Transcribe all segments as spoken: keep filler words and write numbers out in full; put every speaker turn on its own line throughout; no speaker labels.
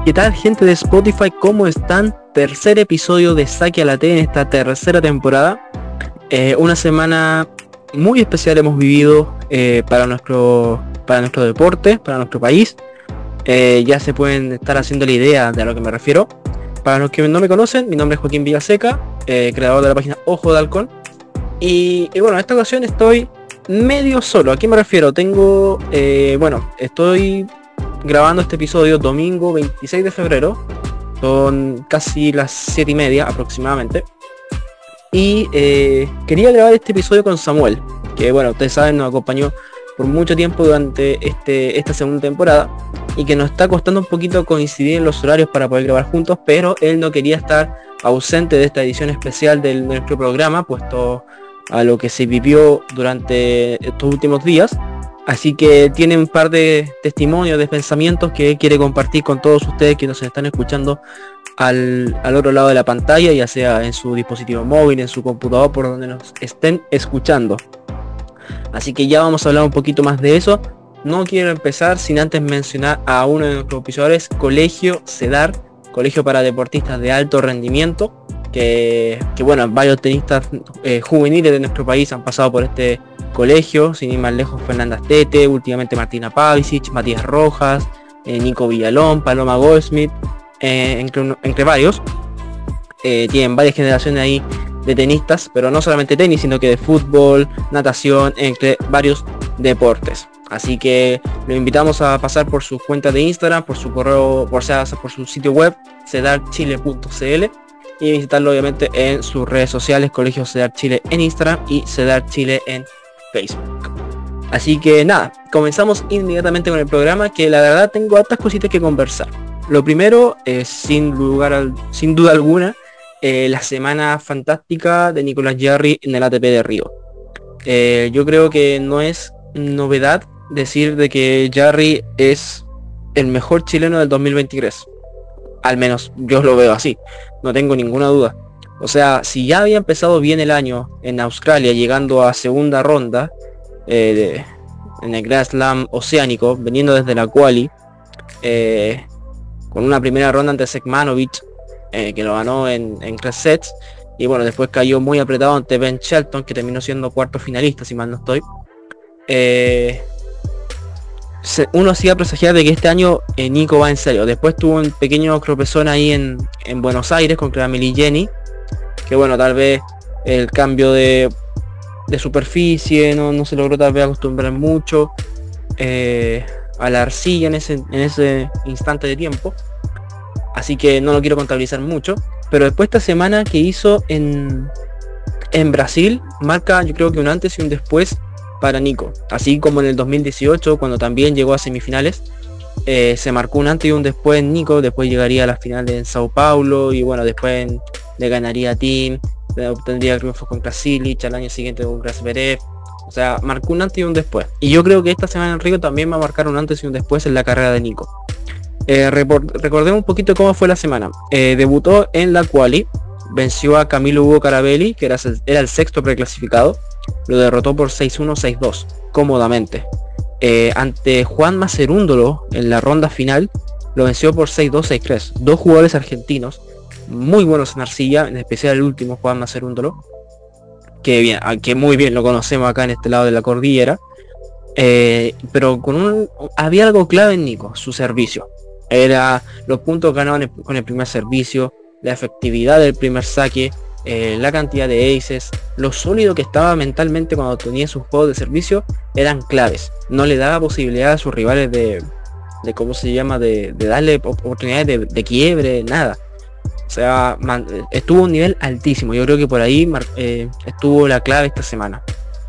¿Qué tal, gente de Spotify? ¿Cómo están? Tercer episodio de Saque a la T en esta tercera temporada. Eh, una semana muy especial hemos vivido eh, para nuestro para nuestro deporte, para nuestro país. Eh, ya se pueden estar haciendo la idea de a lo que me refiero. Para los que no me conocen, mi nombre es Joaquín Villaseca, eh, creador de la página Ojo de Halcón. Y, y bueno, en esta ocasión estoy medio solo. ¿A qué me refiero? Tengo, eh, bueno, estoy grabando este episodio domingo veintiséis de febrero. Son casi las siete y media aproximadamente. Y eh, quería grabar este episodio con Samuel, que bueno, ustedes saben, nos acompañó por mucho tiempo durante este, esta segunda temporada, y que nos está costando un poquito coincidir en los horarios para poder grabar juntos, pero él no quería estar ausente de esta edición especial de nuestro programa, puesto a lo que se vivió durante estos últimos días. Así que tiene un par de testimonios, de pensamientos que quiere compartir con todos ustedes que nos están escuchando al, al otro lado de la pantalla, ya sea en su dispositivo móvil, en su computador, por donde nos estén escuchando. Así que ya vamos a hablar un poquito más de eso. No quiero empezar sin antes mencionar a uno de nuestros oficiadores, Colegio CEDAR, Colegio para Deportistas de Alto Rendimiento, que, que bueno, varios tenistas eh, juveniles de nuestro país han pasado por este colegio, sin ir más lejos, Fernanda Astete, últimamente Martina Pavicic, Matías Rojas, eh, Nico Villalón, Paloma Goldsmith, eh, entre, entre varios. Eh, tienen varias generaciones ahí de tenistas, pero no solamente tenis, sino que de fútbol, natación, entre varios deportes. Así que lo invitamos a pasar por sus cuentas de Instagram, por su correo, por, sea, por su sitio web, cedar chile punto c l, y visitarlo obviamente en sus redes sociales, Colegio CEDAR Chile en Instagram y CEDAR Chile en Facebook. Así que nada, comenzamos inmediatamente con el programa, que la verdad tengo hartas cositas que conversar. Lo primero es, sin lugar al, sin duda alguna, eh, la semana fantástica de Nicolás Jarry en el A T P de Río. Eh, yo creo que no es novedad decir de que Jarry es el mejor chileno del dos mil veintitrés. Al menos yo lo veo así, no tengo ninguna duda. O sea, si ya había empezado bien el año en Australia, llegando a segunda ronda eh, de, en el Grand Slam oceánico, viniendo desde la quali, eh, con una primera ronda ante Sekmanovic, eh, que lo ganó en, en tres sets, y bueno, después cayó muy apretado ante Ben Shelton, que terminó siendo cuarto finalista, si mal no estoy. Eh, se, uno hacía presagiar de que este año eh, Nico va en serio. Después tuvo un pequeño tropezón ahí en, en Buenos Aires contra Amelie Jenny, que bueno, tal vez el cambio de, de superficie no, no se logró tal vez acostumbrar mucho eh, a la arcilla en ese, en ese instante de tiempo, así que no lo quiero contabilizar mucho. Pero después, esta semana que hizo en, en Brasil, marca yo creo que un antes y un después para Nico, así como en el dos mil dieciocho, cuando también llegó a semifinales. Eh, se marcó un antes y un después en Nico. Después llegaría a la final en Sao Paulo, y bueno, después en, le ganaría a Team, obtendría triunfos contra Cilic, al año siguiente contra Zverev. O sea, marcó un antes y un después, y yo creo que esta semana en Río también va a marcar un antes y un después en la carrera de Nico. Eh, recordemos un poquito cómo fue la semana. Eh, debutó en la quali, venció a Camilo Hugo Carabelli, que era, era el sexto preclasificado, lo derrotó por seis uno, seis dos cómodamente. Eh, ante Juan Macerúndolo en la ronda final, lo venció por seis dos, seis tres. Dos jugadores argentinos muy buenos en arcilla, en especial el último, Juan Macerúndolo, que bien, que muy bien lo conocemos acá en este lado de la cordillera. Eh, pero con un había algo clave en Nico, su servicio. Era los puntos ganados el, con el primer servicio, la efectividad del primer saque, eh, la cantidad de aces, lo sólido que estaba mentalmente cuando tenía sus juegos de servicio, eran claves. No le daba posibilidad a sus rivales de, de cómo se llama, de, de darle oportunidades de, de quiebre, nada. O sea, man, estuvo a un nivel altísimo. Yo creo que por ahí eh, estuvo la clave esta semana.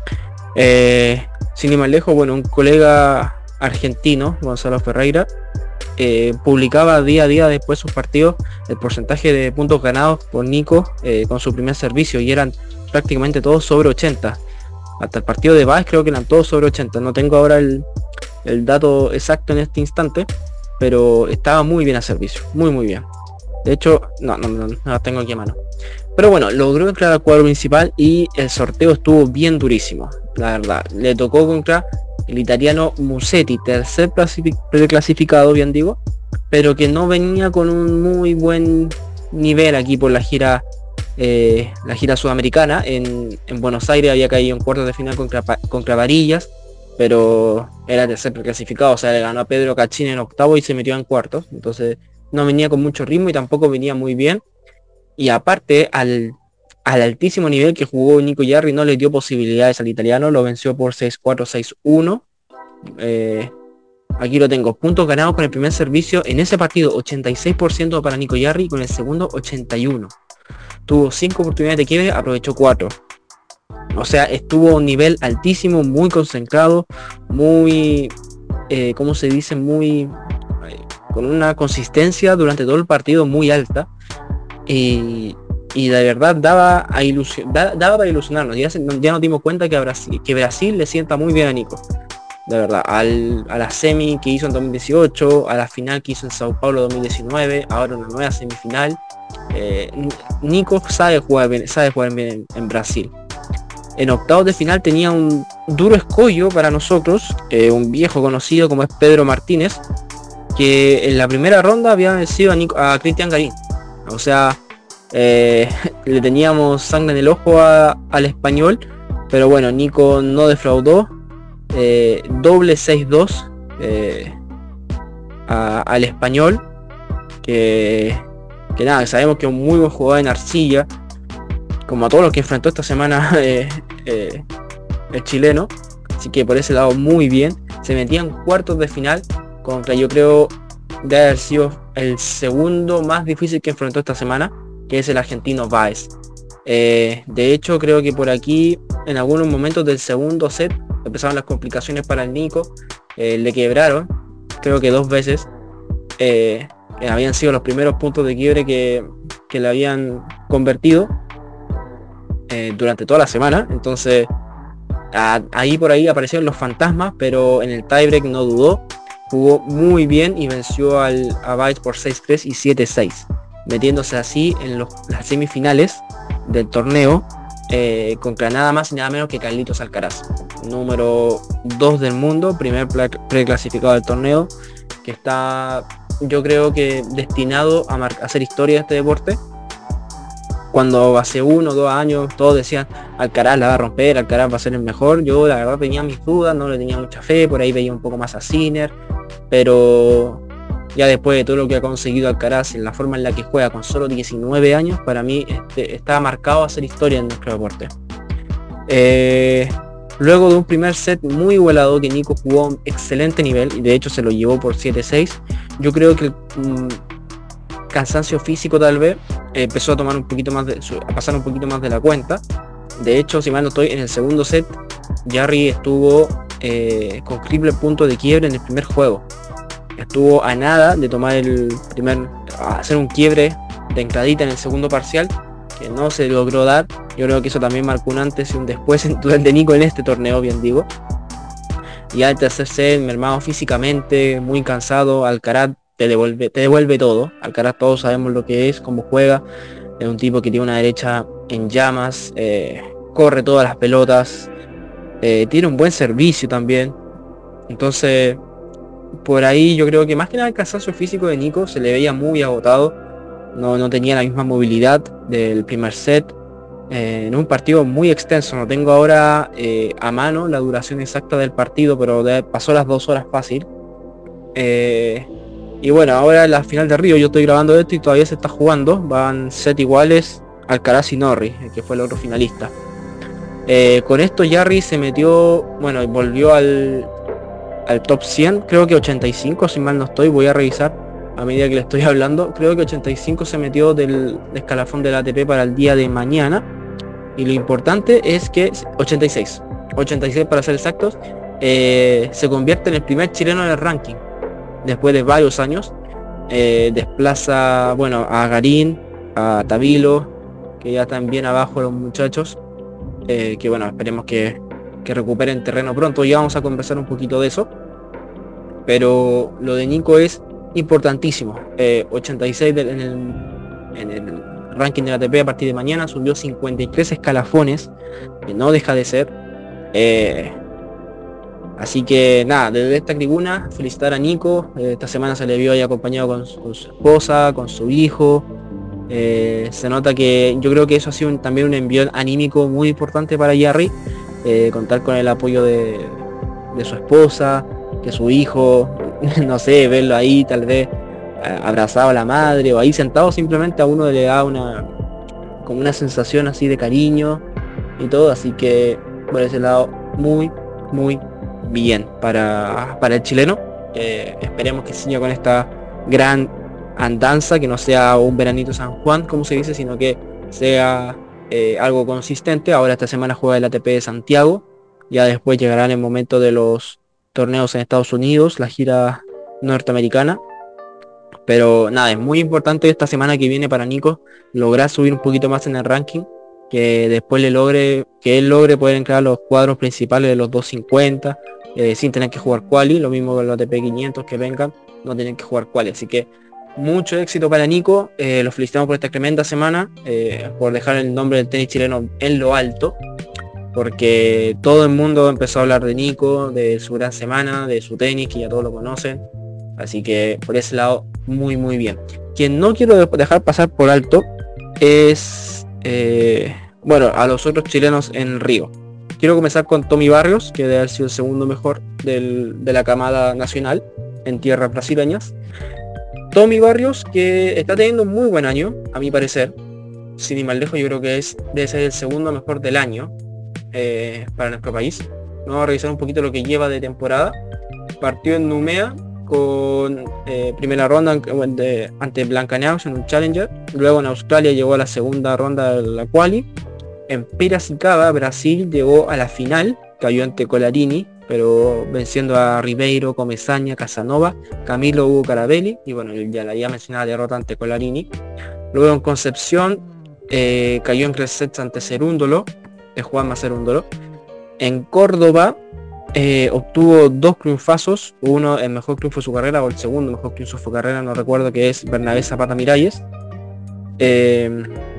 Eh, sin ir más lejos, bueno, un colega argentino, Gonzalo Ferreira, eh, publicaba día a día después sus partidos el porcentaje de puntos ganados por Nico eh, con su primer servicio, y eran prácticamente todos sobre ochenta. Hasta el partido de Baez creo que eran todos sobre ochenta. No tengo ahora el, el dato exacto en este instante, pero estaba muy bien a servicio, muy muy bien. De hecho, no, no, no, no la tengo aquí a mano. Pero bueno, logró entrar al cuadro principal y el sorteo estuvo bien durísimo, la verdad. Le tocó contra el italiano Musetti, tercer clasificado, bien digo, pero que no venía con un muy buen nivel aquí por la gira eh, la gira sudamericana. En, en Buenos Aires había caído en cuartos de final contra, contra Varillas, pero era tercer clasificado, o sea, le ganó a Pedro Cachín en octavo y se metió en cuartos, entonces no venía con mucho ritmo y tampoco venía muy bien. Y aparte, al, al altísimo nivel que jugó Nico Jarry no le dio posibilidades al italiano, lo venció por seis cuatro, seis uno. Eh, aquí lo tengo, puntos ganados con el primer servicio en ese partido, ochenta y seis por ciento para Nico Jarry, con el segundo ochenta y uno. Tuvo cinco oportunidades de quiebre, aprovechó cuatro. O sea, estuvo a un nivel altísimo, muy concentrado, muy, eh, ¿cómo se dice? Muy, eh, con una consistencia durante todo el partido muy alta. Y, y de verdad daba, a ilusión, da, daba para ilusionarnos. Ya, se, ya nos dimos cuenta que a Brasil, que Brasil le sienta muy bien a Nico. De verdad, al, a la semi que hizo en dos mil dieciocho, a la final que hizo en Sao Paulo dos mil diecinueve, ahora una nueva semifinal. Eh, Nico sabe jugar bien, sabe jugar bien en, en Brasil. En octavos de final tenía un duro escollo para nosotros, eh, un viejo conocido como es Pedro Martínez, que en la primera ronda había vencido a, Nico, a Cristian Garín. O sea, eh, le teníamos sangre en el ojo a, al español, pero bueno, Nico no defraudó. Eh, doble seis dos eh, al español, que, que nada, sabemos que es un muy buen jugador en arcilla, como a todos los que enfrentó esta semana eh, eh, el chileno, así que por ese lado muy bien. Se metía en cuartos de final contra, yo creo, de haber sido el segundo más difícil que enfrentó esta semana, que es el argentino Báez. Eh, de hecho, creo que por aquí, en algunos momentos del segundo set, empezaron las complicaciones para el Nico, eh, le quebraron, creo que dos veces, eh, que habían sido los primeros puntos de quiebre que, que le habían convertido eh, durante toda la semana. Entonces, a, ahí por ahí aparecieron los fantasmas, pero en el tiebreak no dudó, jugó muy bien y venció al, a Baez por seis tres y siete seis, metiéndose así en los, las semifinales del torneo, eh, contra nada más y nada menos que Carlitos Alcaraz, número dos del mundo, primer preclasificado del torneo, que está, yo creo que destinado a, a hacer historia de este deporte. Cuando hace uno o dos años todos decían Alcaraz la va a romper, Alcaraz va a ser el mejor, yo la verdad tenía mis dudas, no le tenía mucha fe, por ahí veía un poco más a Sinner, pero ya después de todo lo que ha conseguido Alcaraz en la forma en la que juega con solo diecinueve años, para mí este, está marcado a hacer historia en nuestro deporte. Eh, luego de un primer set muy igualado, que Nico jugó a un excelente nivel y de hecho se lo llevó por siete seis, yo creo que mmm, cansancio físico tal vez eh, empezó a tomar un poquito más de, a pasar un poquito más de la cuenta. De hecho, si mal no estoy, en el segundo set Jarry estuvo eh, con triple punto de quiebre en el primer juego. Estuvo a nada de tomar el primer, hacer un quiebre de entradita en el segundo parcial, que no se logró dar. Yo creo que eso también marcó un antes y un después en de Nico en este torneo, bien digo. Y al tercer set, mermado físicamente, muy cansado, Alcaraz te devuelve, te devuelve todo. Alcaraz todos sabemos lo que es, cómo juega. Es un tipo que tiene una derecha en llamas, eh, corre todas las pelotas, eh, tiene un buen servicio también. Entonces, por ahí yo creo que más que nada el cansancio físico de Nico se le veía muy agotado. No, no tenía la misma movilidad del primer set. Eh, en un partido muy extenso, no tengo ahora eh, a mano la duración exacta del partido, pero de, pasó las dos horas fácil. Eh, y bueno, ahora en la final de Río yo estoy grabando esto y todavía se está jugando. Van set iguales Alcaraz y Norris, que fue el otro finalista. Eh, con esto Jarry se metió, bueno, volvió al, al top cien, creo que ochenta y cinco, si mal no estoy, voy a revisar a medida que le estoy hablando. Creo que ochenta y cinco se metió del escalafón del A T P para el día de mañana. Y lo importante es que ochenta y seis para ser exactos, eh, se convierte en el primer chileno en el ranking después de varios años. Eh, desplaza, bueno, a Garín, a Tabilo, que ya están bien abajo los muchachos, eh, que bueno, esperemos que, que recuperen terreno pronto. Ya vamos a conversar un poquito de eso, pero lo de Nico es importantísimo. eh, ochenta y seis en el, en el ranking de la A T P a partir de mañana, subió cincuenta y tres escalafones, que no deja de ser eh, Así que nada, desde esta tribuna felicitar a Nico. Eh, esta semana se le vio ahí acompañado con su, con su esposa, con su hijo. Eh, se nota que yo creo que eso ha sido un, también un envío anímico muy importante para Jerry. Eh, contar con el apoyo de, de su esposa, que su hijo, no sé, verlo ahí tal vez abrazado a la madre o ahí sentado, simplemente a uno le da una como una sensación así de cariño y todo. Así que por ese lado muy muy bien para, para el chileno. Eh, esperemos que siga con esta gran andanza, que no sea un veranito San Juan como se dice, sino que sea eh, algo consistente. Ahora esta semana juega el A T P de Santiago, ya después llegará en el momento de los torneos en Estados Unidos, la gira norteamericana. Pero nada, es muy importante esta semana que viene para Nico lograr subir un poquito más en el ranking, que después le logre, que él logre poder entrar a los cuadros principales de los doscientos cincuenta, eh, sin tener que jugar quali, lo mismo con los A T P quinientos que vengan, no tienen que jugar quali. Así que mucho éxito para Nico, eh, los felicitamos por esta tremenda semana, eh, por dejar el nombre del tenis chileno en lo alto, porque todo el mundo empezó a hablar de Nico, de su gran semana, de su tenis, que ya todos lo conocen. Así que por ese lado, muy muy bien. Quien no quiero dejar pasar por alto es, eh, bueno, a los otros chilenos en Río. Quiero comenzar con Tommy Barrios, que debe haber sido el segundo mejor del, de la camada nacional en tierras brasileñas. Tommy Barrios, que está teniendo un muy buen año, a mi parecer. Sin ir más lejos, yo creo que es, debe ser el segundo mejor del año eh, para nuestro país. Vamos a revisar un poquito lo que lleva de temporada. Partió en Numea con eh, primera ronda de, ante Blancaneaux en un Challenger. Luego en Australia llegó a la segunda ronda de la quali. En Piracicaba, Brasil, llegó a la final, cayó ante Colarini, pero venciendo a Ribeiro, Comesaña, Casanova, Camilo Hugo Carabelli, y bueno, ya la ya mencionada derrota ante Colarini. Luego en Concepción eh, cayó en tres sets ante Cerúndolo, de Juanma Cerúndolo. En Córdoba Eh, obtuvo dos triunfazos, uno el mejor triunfo de su carrera o el segundo mejor triunfo de su carrera, no recuerdo, que es Bernabé Zapata Miralles. Eh,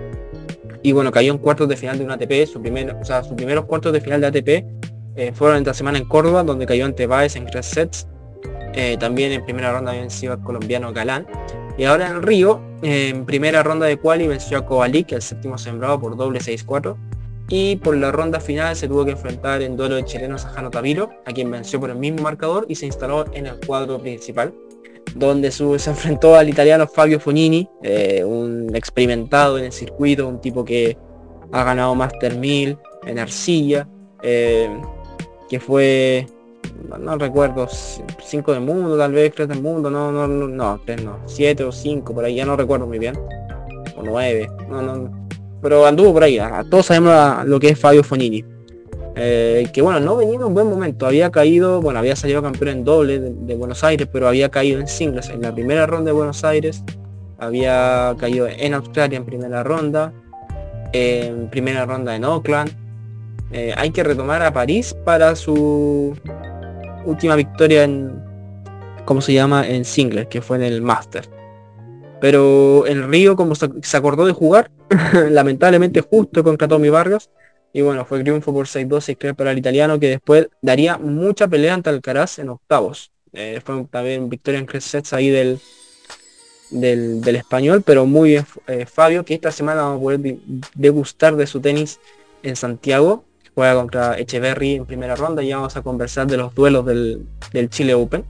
y bueno, cayó en cuartos de final de un A T P, su primer, o sea, sus primeros cuartos de final de A T P eh, fueron esta semana en Córdoba, donde cayó ante Baez en tres sets. Eh, también en primera ronda venció al colombiano Galán. Y ahora en Río, eh, en primera ronda de quali venció a Kovalik, el séptimo sembrado, por doble seis cuatro. Y por la ronda final se tuvo que enfrentar en duelo de chilenos a Jano Taviro, a quien venció por el mismo marcador y se instaló en el cuadro principal, donde su, se enfrentó al italiano Fabio Fognini, eh, un experimentado en el circuito, un tipo que ha ganado Master mil en arcilla, eh, que fue, no, no recuerdo, cinco del mundo, tal vez tres del mundo, no, no, no, no, tres no, siete o cinco, por ahí, ya no recuerdo muy bien, o nueve, no, no, no. Pero anduvo por ahí, a, a todos sabemos a, lo que es Fabio Fognini, eh, que bueno, no venía en un buen momento, había caído, bueno, había salido campeón en doble de, de Buenos Aires, pero había caído en singles en la primera ronda de Buenos Aires, había caído en Australia en primera ronda, en primera ronda en Auckland. Eh, hay que retomar a París para su última victoria en, ¿cómo se llama?, en singles, que fue en el Master. Pero en Río, como se, se acordó de jugar, lamentablemente justo contra Tommy Vargas, y bueno, fue triunfo por seis dos, seis tres para el italiano, que después daría mucha pelea ante Alcaraz en octavos. Eh, fue también victoria en tres sets ahí del, del, del español, pero muy bien eh, Fabio, que esta semana vamos a poder degustar de su tenis en Santiago. Juega contra Echeverry en primera ronda y vamos a conversar de los duelos del, del Chile Open.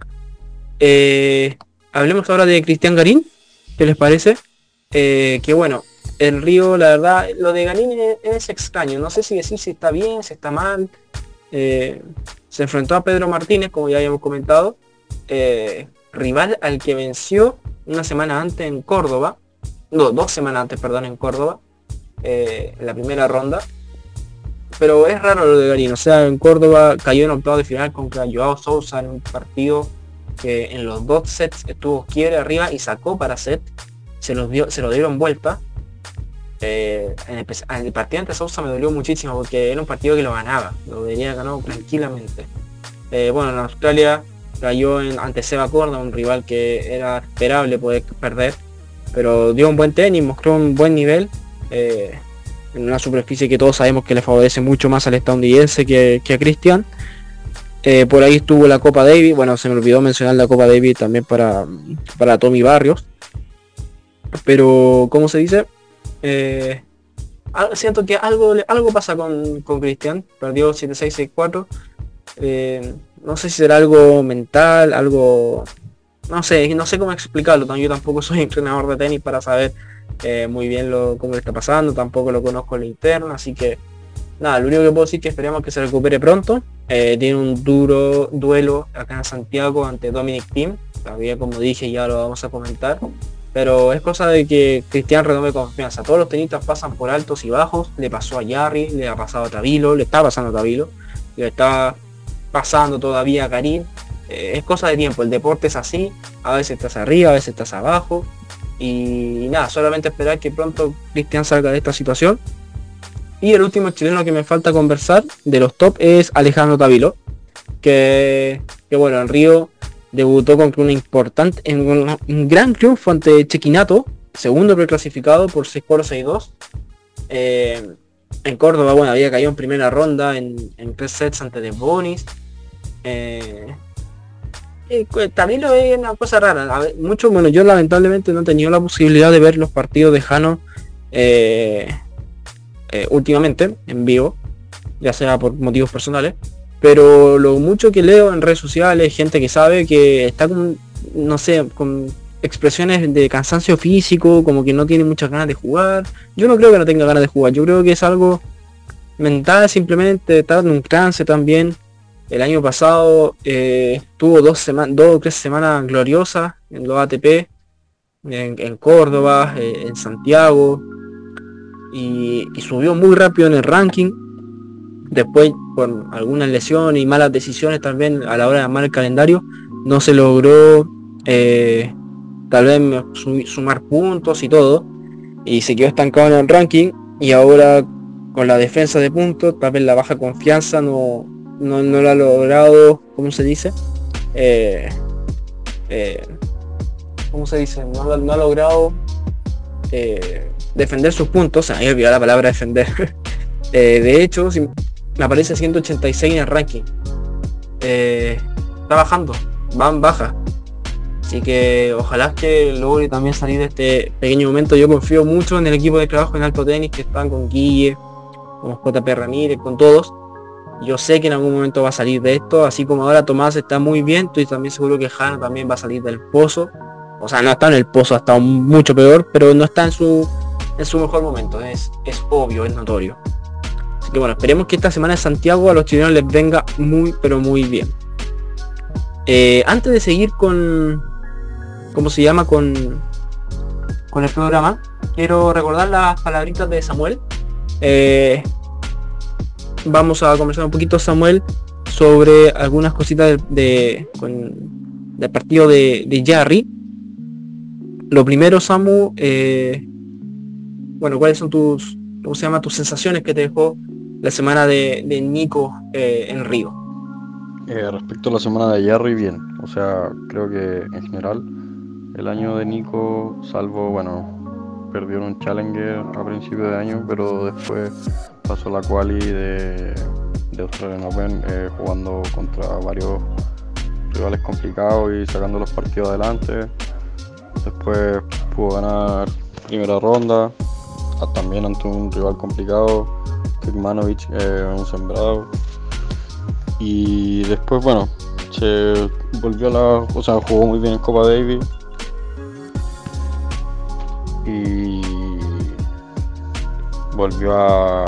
Eh, hablemos ahora de Cristian Garín. ¿Qué les parece? Eh, que bueno, el Río, la verdad, lo de Garín es, es extraño. No sé si decir si está bien, si está mal. Eh, se enfrentó a Pedro Martínez, como ya habíamos comentado. Eh, rival al que venció una semana antes en Córdoba. No, dos semanas antes, perdón, en Córdoba. Eh, en la primera ronda. Pero es raro lo de Garín. O sea, en Córdoba cayó en octavo de final contra Joao Sousa en un partido que en los dos sets estuvo quiebre arriba y sacó para set, se los dio, se lo dieron vuelta. Eh, en, el, en el partido ante Sousa me dolió muchísimo porque era un partido que lo ganaba, lo debería ganado tranquilamente. Eh, bueno, en Australia cayó en, ante Seba Corda, un rival que era esperable poder perder, pero dio un buen tenis, mostró un buen nivel, eh, en una superficie que todos sabemos que le favorece mucho más al estadounidense que, que a Cristian. Eh, por ahí estuvo la Copa Davis. Bueno, se me olvidó mencionar la Copa Davis también para, para Tommy Barrios. Pero, ¿cómo se dice? Eh, siento que algo, algo pasa con, con Cristian. Perdió siete seis seis cuatro. Eh, no sé si será algo mental, algo... No sé, no sé cómo explicarlo. Yo tampoco soy entrenador de tenis para saber eh, muy bien lo, cómo le está pasando. Tampoco lo conozco en la interna. Así que nada, lo único que puedo decir es que esperemos que se recupere pronto. Eh, tiene un duro duelo acá en Santiago ante Dominic Thiem. Todavía, como dije, ya lo vamos a comentar. Pero es cosa de que Cristian renove confianza. Todos los tenistas pasan por altos y bajos. Le pasó a Jarry, le ha pasado a Tabilo, le está pasando a Tabilo, le está pasando todavía a Karim. Eh, es cosa de tiempo. El deporte es así. A veces estás arriba, a veces estás abajo. Y, y nada, solamente esperar que pronto Cristian salga de esta situación. Y el último chileno que me falta conversar de los top es Alejandro Tabilo, que, que bueno, en Río debutó con una importante, en un, un gran triunfo ante Chequinato, segundo preclasificado por seis cuatro seis dos. Eh, en Córdoba, bueno, había caído en primera ronda en, en tres sets ante De Bonis. Eh, eh, Tabilo es una cosa rara. A ver, mucho, bueno, yo lamentablemente no he tenido la posibilidad de ver los partidos de Jano eh, eh, últimamente en vivo, ya sea por motivos personales, pero lo mucho que leo en redes sociales, gente que sabe que está con, no sé, con expresiones de cansancio físico, como que no tiene muchas ganas de jugar. Yo no creo que no tenga ganas de jugar, yo creo que es algo mental, simplemente está en un trance también. El año pasado eh, tuvo dos semanas, dos o tres semanas gloriosas en los A T P, en, en Córdoba, eh, en Santiago, y, y subió muy rápido en el ranking. Después, por algunas lesiones y malas decisiones también a la hora de armar el calendario, no se logró eh, tal vez sumar puntos y todo, y se quedó estancado en el ranking. Y ahora con la defensa de puntos, tal vez la baja confianza no, no, no lo ha logrado, ¿cómo se dice? Eh, eh, ¿Cómo se dice? No, no ha logrado eh, defender sus puntos. Ahí olvidé la palabra defender. eh, de hecho, si, me aparece ciento ochenta y seis en el ranking. Eh, está bajando, van baja. Así que ojalá que logre también salir de este pequeño momento. Yo confío mucho en el equipo de trabajo en alto tenis que están con Guille, con J P Ramírez, con todos. Yo sé que en algún momento va a salir de esto, así como ahora Tomás está muy bien, estoy también seguro que Jano también va a salir del pozo. O sea, no está en el pozo, ha estado mucho peor, pero no está en su en su mejor momento, es, es obvio, es notorio. Así que bueno, esperemos que esta semana de Santiago a los chilenos les venga muy, pero muy bien. Eh, antes de seguir con, ¿cómo se llama? Con, con el programa, quiero recordar las palabritas de Samuel. Eh, vamos a conversar un poquito, Samuel, sobre algunas cositas de, de con, del partido de, de Jarry. Lo primero, Samu, eh, bueno, ¿cuáles son tus, cómo se llama, tus sensaciones que te dejó la semana de, de Nico eh, en Río?
Eh, respecto a la semana de Jarry, bien. O sea, creo que en general el año de Nico, salvo, bueno, perdió en un Challenger a principio de año, pero después pasó la quali de, de Australian Open eh, jugando contra varios rivales complicados y sacando los partidos adelante. Después pudo ganar primera ronda, también ante un rival complicado, Kekmanovic, eh, un sembrado. Y después, bueno, se volvió a la... O sea, jugó muy bien en Copa Davis. Y volvió a...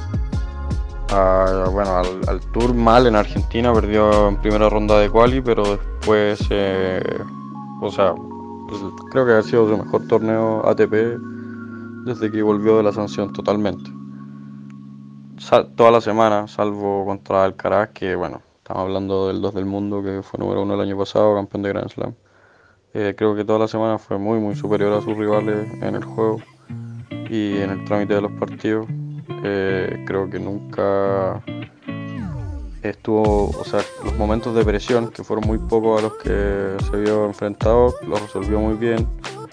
a bueno, al, al Tour mal en Argentina, perdió en primera ronda de quali, pero después, eh, o sea, pues, creo que ha sido su mejor torneo A T P desde que volvió de la sanción totalmente. Sal, toda la semana, salvo contra Alcaraz, que bueno, estamos hablando del dos del mundo, que fue número uno el año pasado, campeón de Grand Slam. Eh, creo que toda la semana fue muy muy superior a sus rivales en el juego y en el trámite de los partidos. Eh, creo que nunca estuvo, o sea, los momentos de presión, que fueron muy pocos a los que se vio enfrentado, los resolvió muy bien.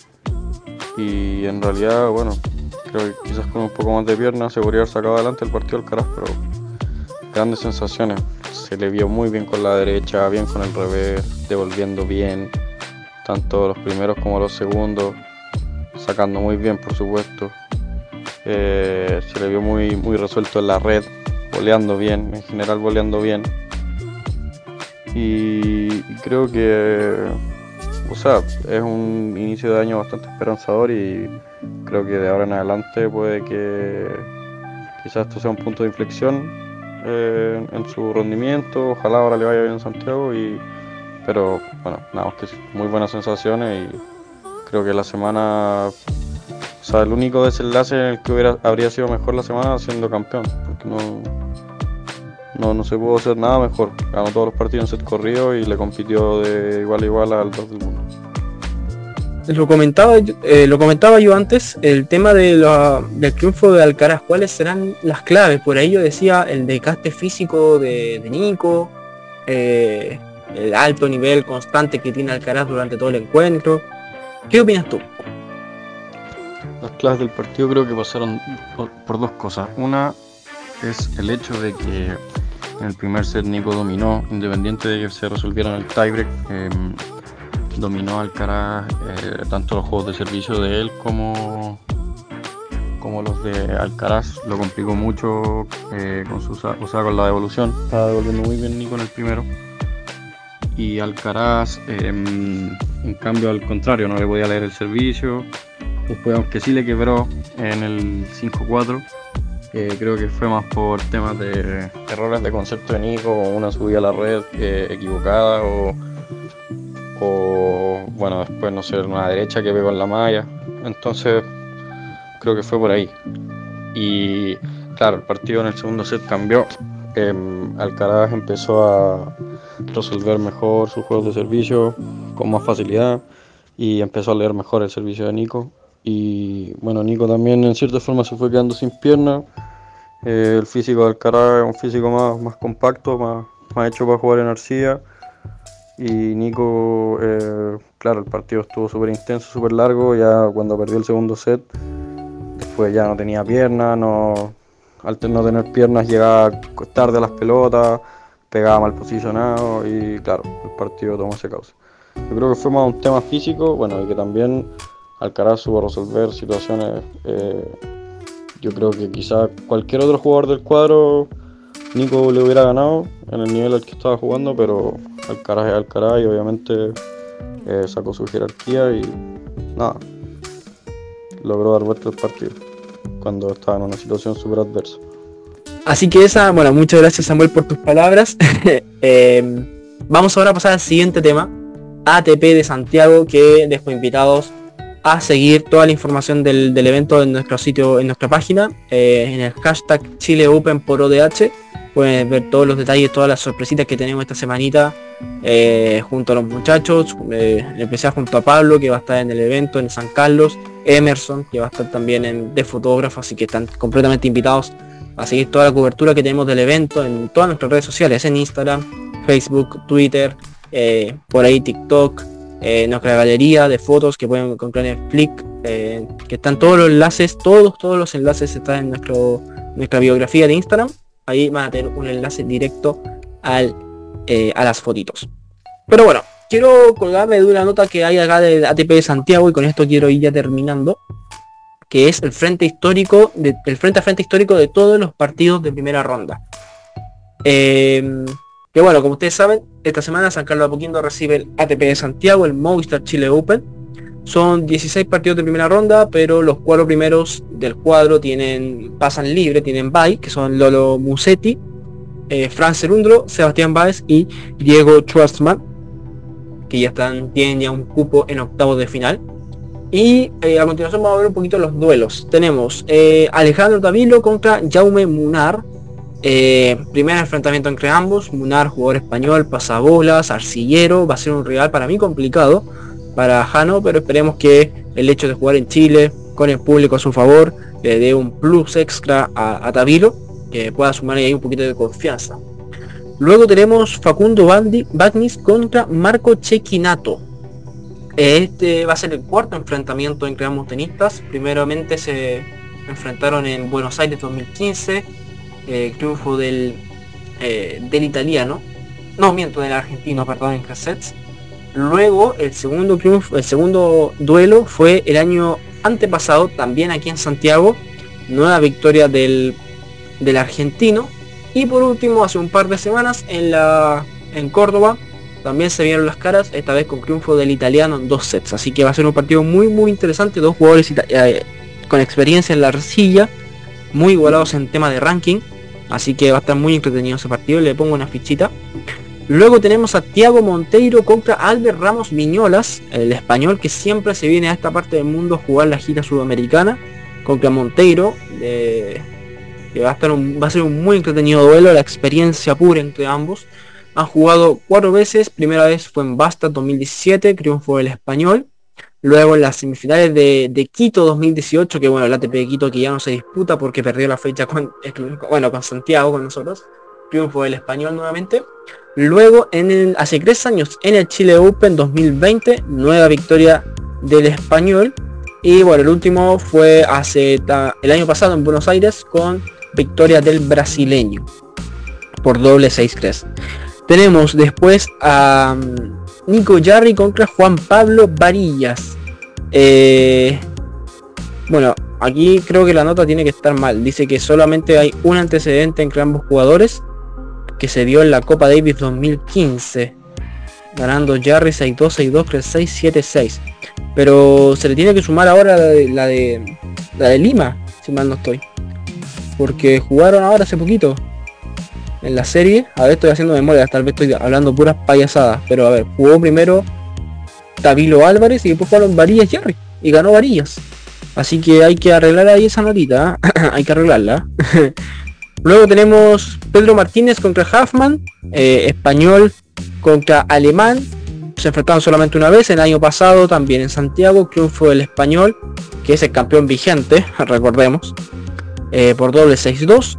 Y en realidad, bueno, creo que quizás con un poco más de pierna se podría haber sacado adelante el partido Alcaraz, pero grandes sensaciones. se le vio muy bien con la derecha, bien con el revés, devolviendo bien, tanto los primeros como los segundos, sacando muy bien, por supuesto. Eh, se le vio muy, muy resuelto en la red, voleando bien, en general voleando bien. Y, y creo que, o sea, es un inicio de año bastante esperanzador y creo que de ahora en adelante puede que quizás esto sea un punto de inflexión eh, en su rendimiento. Ojalá ahora le vaya bien en Santiago, y, pero bueno, nada más que muy buenas sensaciones, y creo que la semana, o sea, el único desenlace en el que hubiera, habría sido mejor la semana siendo campeón, porque no, no, no se pudo hacer nada mejor. Ganó todos los partidos en set corrido y le compitió de igual a igual al dos del mundo.
Lo comentaba, yo- eh, lo comentaba yo antes, el tema de la- del triunfo de Alcaraz. ¿Cuáles serán las claves? Por ahí yo decía el desgaste físico de, de Nico, eh, el alto nivel constante que tiene Alcaraz durante todo el encuentro. ¿Qué opinas tú?
Las claves del partido creo que pasaron por, por dos cosas. Una es el hecho de que en el primer set Nico dominó, independiente de que se resolviera en el tiebreak. Eh, dominó Alcaraz eh, tanto los juegos de servicio de él como, como los de Alcaraz. Lo complicó mucho eh, con, su, o sea, con la devolución. Estaba devolviendo muy bien Nico en el primero. Y Alcaraz, eh, en cambio, al contrario, no le podía leer el servicio. Después, aunque sí le quebró en el cinco cuatro, eh, creo que fue más por temas de errores de concepto de Nico, una subida a la red eh, equivocada, o, o bueno, después no sé, una derecha que pegó en la malla. Entonces creo que fue por ahí. Y claro, el partido en el segundo set cambió. Eh, Alcaraz empezó a resolver mejor sus juegos de servicio con más facilidad y empezó a leer mejor el servicio de Nico. Y bueno, Nico también en cierta forma se fue quedando sin piernas. Eh, el físico de Alcaraz es un físico más, más compacto, más, más hecho para jugar en arcilla. Y Nico, eh, claro, el partido estuvo súper intenso, súper largo. Ya cuando perdió el segundo set, después ya no tenía piernas, no, al no tener piernas llegaba tarde a las pelotas, pegaba mal posicionado y claro, el partido tomó ese cauce. Yo creo que fue más un tema físico, bueno, y que también Alcaraz supo resolver situaciones. Eh, yo creo que quizá cualquier otro jugador del cuadro, Nico le hubiera ganado en el nivel al que estaba jugando, pero Alcaraz es Alcaraz y obviamente eh, sacó su jerarquía y nada, logró dar vuelta al partido cuando estaba en una situación súper adversa.
Así que esa, bueno, muchas gracias Samuel por tus palabras. Eh, vamos ahora a pasar al siguiente tema, A T P de Santiago, que dejo invitados a seguir toda la información del, del evento en nuestro sitio, en nuestra página, eh, en el hashtag Chile Open por O D H. Pueden ver todos los detalles, todas las sorpresitas que tenemos esta semanita eh, junto a los muchachos, eh, en especial junto a Pablo, que va a estar en el evento en San Carlos, Emerson, que va a estar también en, de fotógrafo, así que están completamente invitados a seguir toda la cobertura que tenemos del evento en todas nuestras redes sociales, en Instagram, Facebook, Twitter, eh, por ahí TikTok, eh, nuestra galería de fotos que pueden encontrar en Flick, eh, que están todos los enlaces, todos, todos los enlaces están en nuestro, nuestra biografía de Instagram. Ahí van a tener un enlace directo al, eh, a las fotitos. Pero bueno, quiero colgarme de una nota que hay acá del A T P de Santiago y con esto quiero ir ya terminando, que es el frente histórico, de, el frente a frente histórico de todos los partidos de primera ronda. Eh, que bueno, como ustedes saben, esta semana San Carlos de Apoquindo recibe el A T P de Santiago, el Movistar Chile Open. Son dieciséis partidos de primera ronda, pero los cuatro primeros del cuadro tienen pasan libre, tienen bye, que son Lolo Musetti, eh, Fran Cerundolo, Sebastián Báez y Diego Schwartzman, que ya están, tienen ya un cupo en octavos de final. Y eh, a continuación vamos a ver un poquito los duelos. Tenemos eh, Alejandro Tavilo contra Jaume Munar. Eh, primer enfrentamiento entre ambos. Munar, jugador español, pasabolas, arcillero. Va a ser un rival para mí complicado para Jano, pero esperemos que el hecho de jugar en Chile con el público a su favor le dé un plus extra a, a Tavilo, que pueda sumar ahí un poquito de confianza. Luego tenemos Facundo Bagnis contra Marco Cecchinato. Este va a ser el cuarto enfrentamiento entre ambos tenistas. Primeramente se enfrentaron en Buenos Aires dos mil quince, el triunfo del eh, del italiano, no miento, del argentino, perdón, en tres sets. Luego el segundo triunfo, el segundo duelo fue el año antepasado, también aquí en Santiago, nueva victoria del, del argentino. Y por último, hace un par de semanas en la en Córdoba también se vieron las caras, esta vez con triunfo del italiano en dos sets. Así que va a ser un partido muy muy interesante, dos jugadores eh, con experiencia en la arcilla, muy igualados en tema de ranking. Así que va a estar muy entretenido ese partido, le pongo una fichita. Luego tenemos a Thiago Monteiro contra Albert Ramos Viñolas, el español que siempre se viene a esta parte del mundo a jugar la gira sudamericana, contra Monteiro, de, que va a, estar un, va a ser un muy entretenido duelo, la experiencia pura entre ambos. Han jugado cuatro veces, primera vez fue en Basta dos mil diecisiete, triunfo del español. Luego en las semifinales de, de Quito dos mil dieciocho, que bueno, el A T P de Quito que ya no se disputa porque perdió la fecha con, bueno, con Santiago, con nosotros. Triunfo del español nuevamente. Luego en el, hace tres años en el Chile Open dos mil veinte, nueva victoria del español. Y bueno, el último fue hace ta, el año pasado en Buenos Aires con victoria del brasileño por doble seis tres. Tenemos después a um, Nico Jarry contra Juan Pablo Varillas. Eh, bueno, aquí creo que la nota tiene que estar mal. Dice que solamente hay un antecedente entre ambos jugadores, que se dio en la Copa Davis dos mil quince, ganando Jarry seis dos, seis dos, tres seis, siete seis. Pero se le tiene que sumar ahora la de, la de, la de Lima, si mal no estoy, porque jugaron ahora hace poquito en la serie. A ver, estoy haciendo memoria, tal vez estoy hablando puras payasadas, pero a ver, jugó primero Tabilo Álvarez y después jugaron Varillas Jarry y ganó Varillas. Así que hay que arreglar ahí esa notita, ¿eh? Hay que arreglarla. Luego tenemos Pedro Martínez contra Huffman, eh, español contra alemán. Se enfrentaron solamente una vez, el año pasado también en Santiago, triunfo del español, que es el campeón vigente, recordemos, eh, por doble seis dos.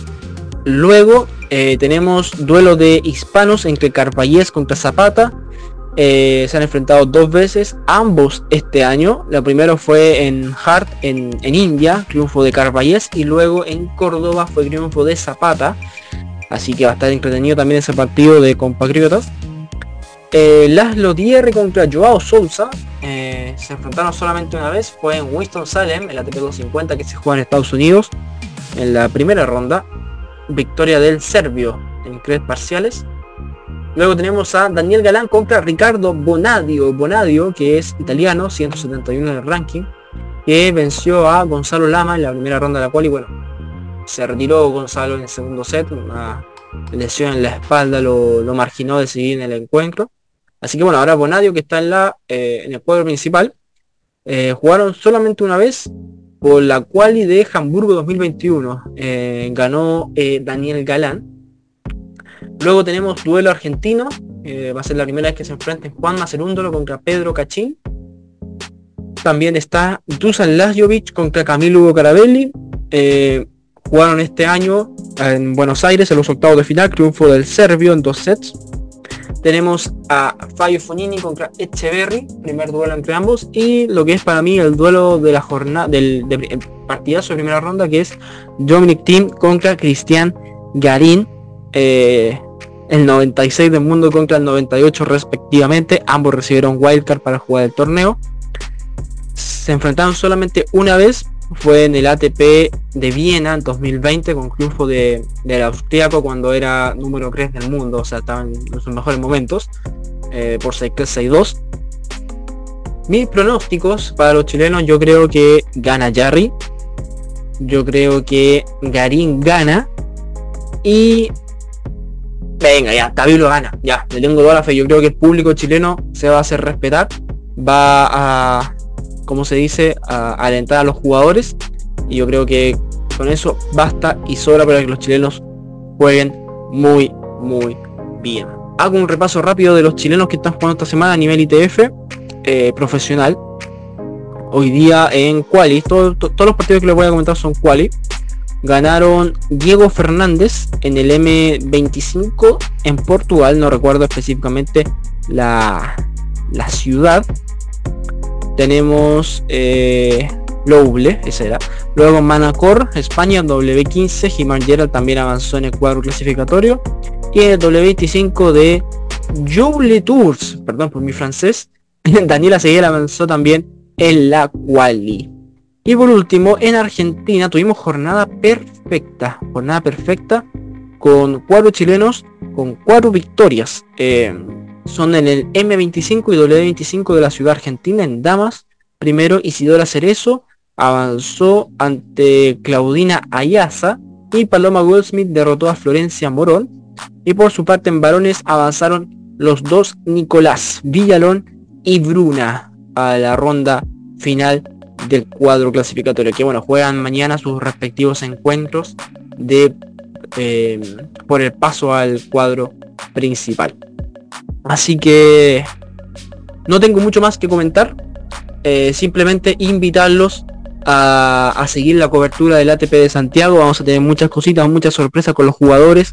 Luego eh, tenemos duelo de hispanos entre Carballés contra Zapata. Eh, se han enfrentado dos veces, ambos este año. La primera fue en Hart en, en India, triunfo de Carballés, y luego en Córdoba fue triunfo de Zapata. Así que va a estar entretenido también ese partido de compatriotas. Eh, Laszlo Dierri contra Joao Sousa, eh, se enfrentaron solamente una vez, fue en Winston-Salem, en la A T P doscientos cincuenta que se juega en Estados Unidos, en la primera ronda. Victoria del serbio en tres parciales. Luego tenemos a Daniel Galán contra Ricardo Bonadio, Bonadio que es italiano, ciento setenta y uno en el ranking, que venció a Gonzalo Lama en la primera ronda de la cual, y bueno, se retiró Gonzalo en el segundo set, una lesión en la espalda lo, lo marginó de seguir en el encuentro. Así que bueno, ahora Bonadio, que está en la eh, en el cuadro principal, eh, jugaron solamente una vez por la quali de Hamburgo dos mil veintiuno, eh, ganó eh, Daniel Galán. Luego tenemos duelo argentino, eh, va a ser la primera vez que se enfrenten Juan Macerúndolo contra Pedro Cachín. También está Dusan Lajovic contra Camilo Hugo Carabelli. Eh, jugaron este año en Buenos Aires en los octavos de final, triunfo del serbio en dos sets. Tenemos a Fabio Fognini contra Echeverry, primer duelo entre ambos, y lo que es para mí el duelo de la jornada, del de, el partidazo de primera ronda, que es Dominic Thiem contra Cristian Garín, eh, el noventa y seis del mundo contra el noventa y ocho respectivamente. Ambos recibieron wildcard para jugar el torneo. Se enfrentaron solamente una vez, fue en el A T P de Viena en dos mil veinte, con triunfo de, del austríaco cuando era número tres del mundo, o sea, estaban en sus mejores momentos, eh, por seis tres, seis dos. Mis pronósticos para los chilenos: yo creo que gana Jarry, yo creo que Garín gana, y venga, ya, Tabilo gana, ya, le tengo toda la fe. Yo creo que el público chileno se va a hacer respetar, va a, como se dice, a alentar a los jugadores, y yo creo que con eso basta y sobra para que los chilenos jueguen muy muy bien. Hago un repaso rápido de los chilenos que están jugando esta semana a nivel I T F eh, profesional. Hoy día en quali, todo, to, todos los partidos que les voy a comentar son quali. Ganaron Diego Fernández en el eme veinticinco en Portugal, no recuerdo específicamente la, la ciudad. Tenemos eh, Louble, ese era. Luego Manacor, España, W quince, He-Man Gerald también avanzó en el cuadro clasificatorio. Y en el W veinticinco de Joule Tours, perdón por mi francés, Daniela Seguel avanzó también en la quali. Y por último, en Argentina tuvimos jornada perfecta, jornada perfecta con cuatro chilenos, con cuatro victorias. Eh, son en el eme veinticinco y doble u veinticinco de la ciudad argentina en damas. Primero Isidora Cerezo avanzó ante Claudina Ayaza y Paloma Goldsmith derrotó a Florencia Morón. Y por su parte en varones avanzaron los dos Nicolás Villalón y Bruna a la ronda final del cuadro clasificatorio, que bueno, juegan mañana sus respectivos encuentros de eh, por el paso al cuadro principal. Así que no tengo mucho más que comentar, eh, simplemente invitarlos a, a seguir la cobertura del A T P de Santiago. Vamos a tener muchas cositas, muchas sorpresas con los jugadores,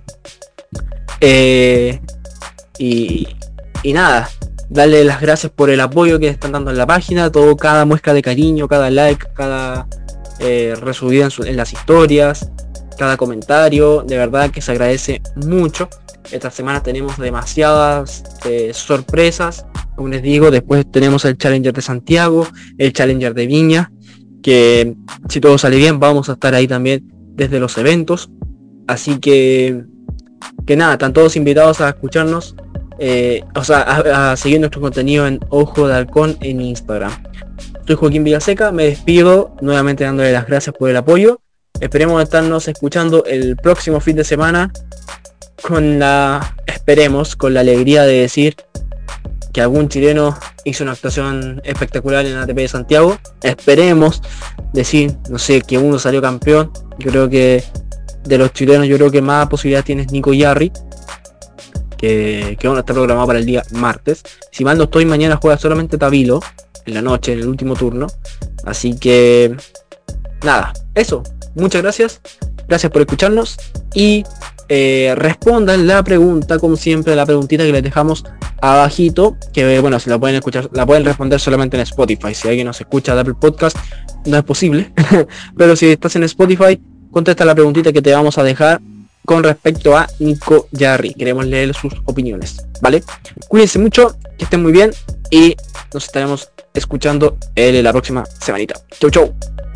eh, y, y nada, darle las gracias por el apoyo que están dando en la página, todo, cada muestra de cariño, cada like, cada eh, resubida en, su, en las historias, cada comentario, de verdad que se agradece mucho. Esta semana tenemos demasiadas eh, sorpresas, como les digo. Después tenemos el Challenger de Santiago, el Challenger de Viña, que si todo sale bien vamos a estar ahí también desde los eventos. Así que, que nada, están todos invitados a escucharnos. Eh, o sea, a, a seguir nuestro contenido en Ojo de Halcón en Instagram. Soy Joaquín Villaseca, me despido nuevamente dándole las gracias por el apoyo. Esperemos estarnos escuchando el próximo fin de semana con la, esperemos, con la alegría de decir que algún chileno hizo una actuación espectacular en el A T P de Santiago. Esperemos decir, no sé, que uno salió campeón. Yo creo que de los chilenos, yo creo que más posibilidad tiene Nico Yarri, que, que bueno, está programado para el día martes. Si mal no estoy, mañana juega solamente Tabilo en la noche, en el último turno. Así que nada, eso. Muchas gracias. Gracias por escucharnos. Y eh, respondan la pregunta, como siempre, la preguntita que les dejamos abajito, que bueno, si la pueden escuchar, la pueden responder solamente en Spotify. Si alguien nos escucha de Apple Podcast, no es posible. Pero si estás en Spotify, contesta la preguntita que te vamos a dejar con respecto a Nico Yarri. Queremos leer sus opiniones, ¿vale? Cuídense mucho, que estén muy bien y nos estaremos escuchando en la próxima semanita. Chau, chau.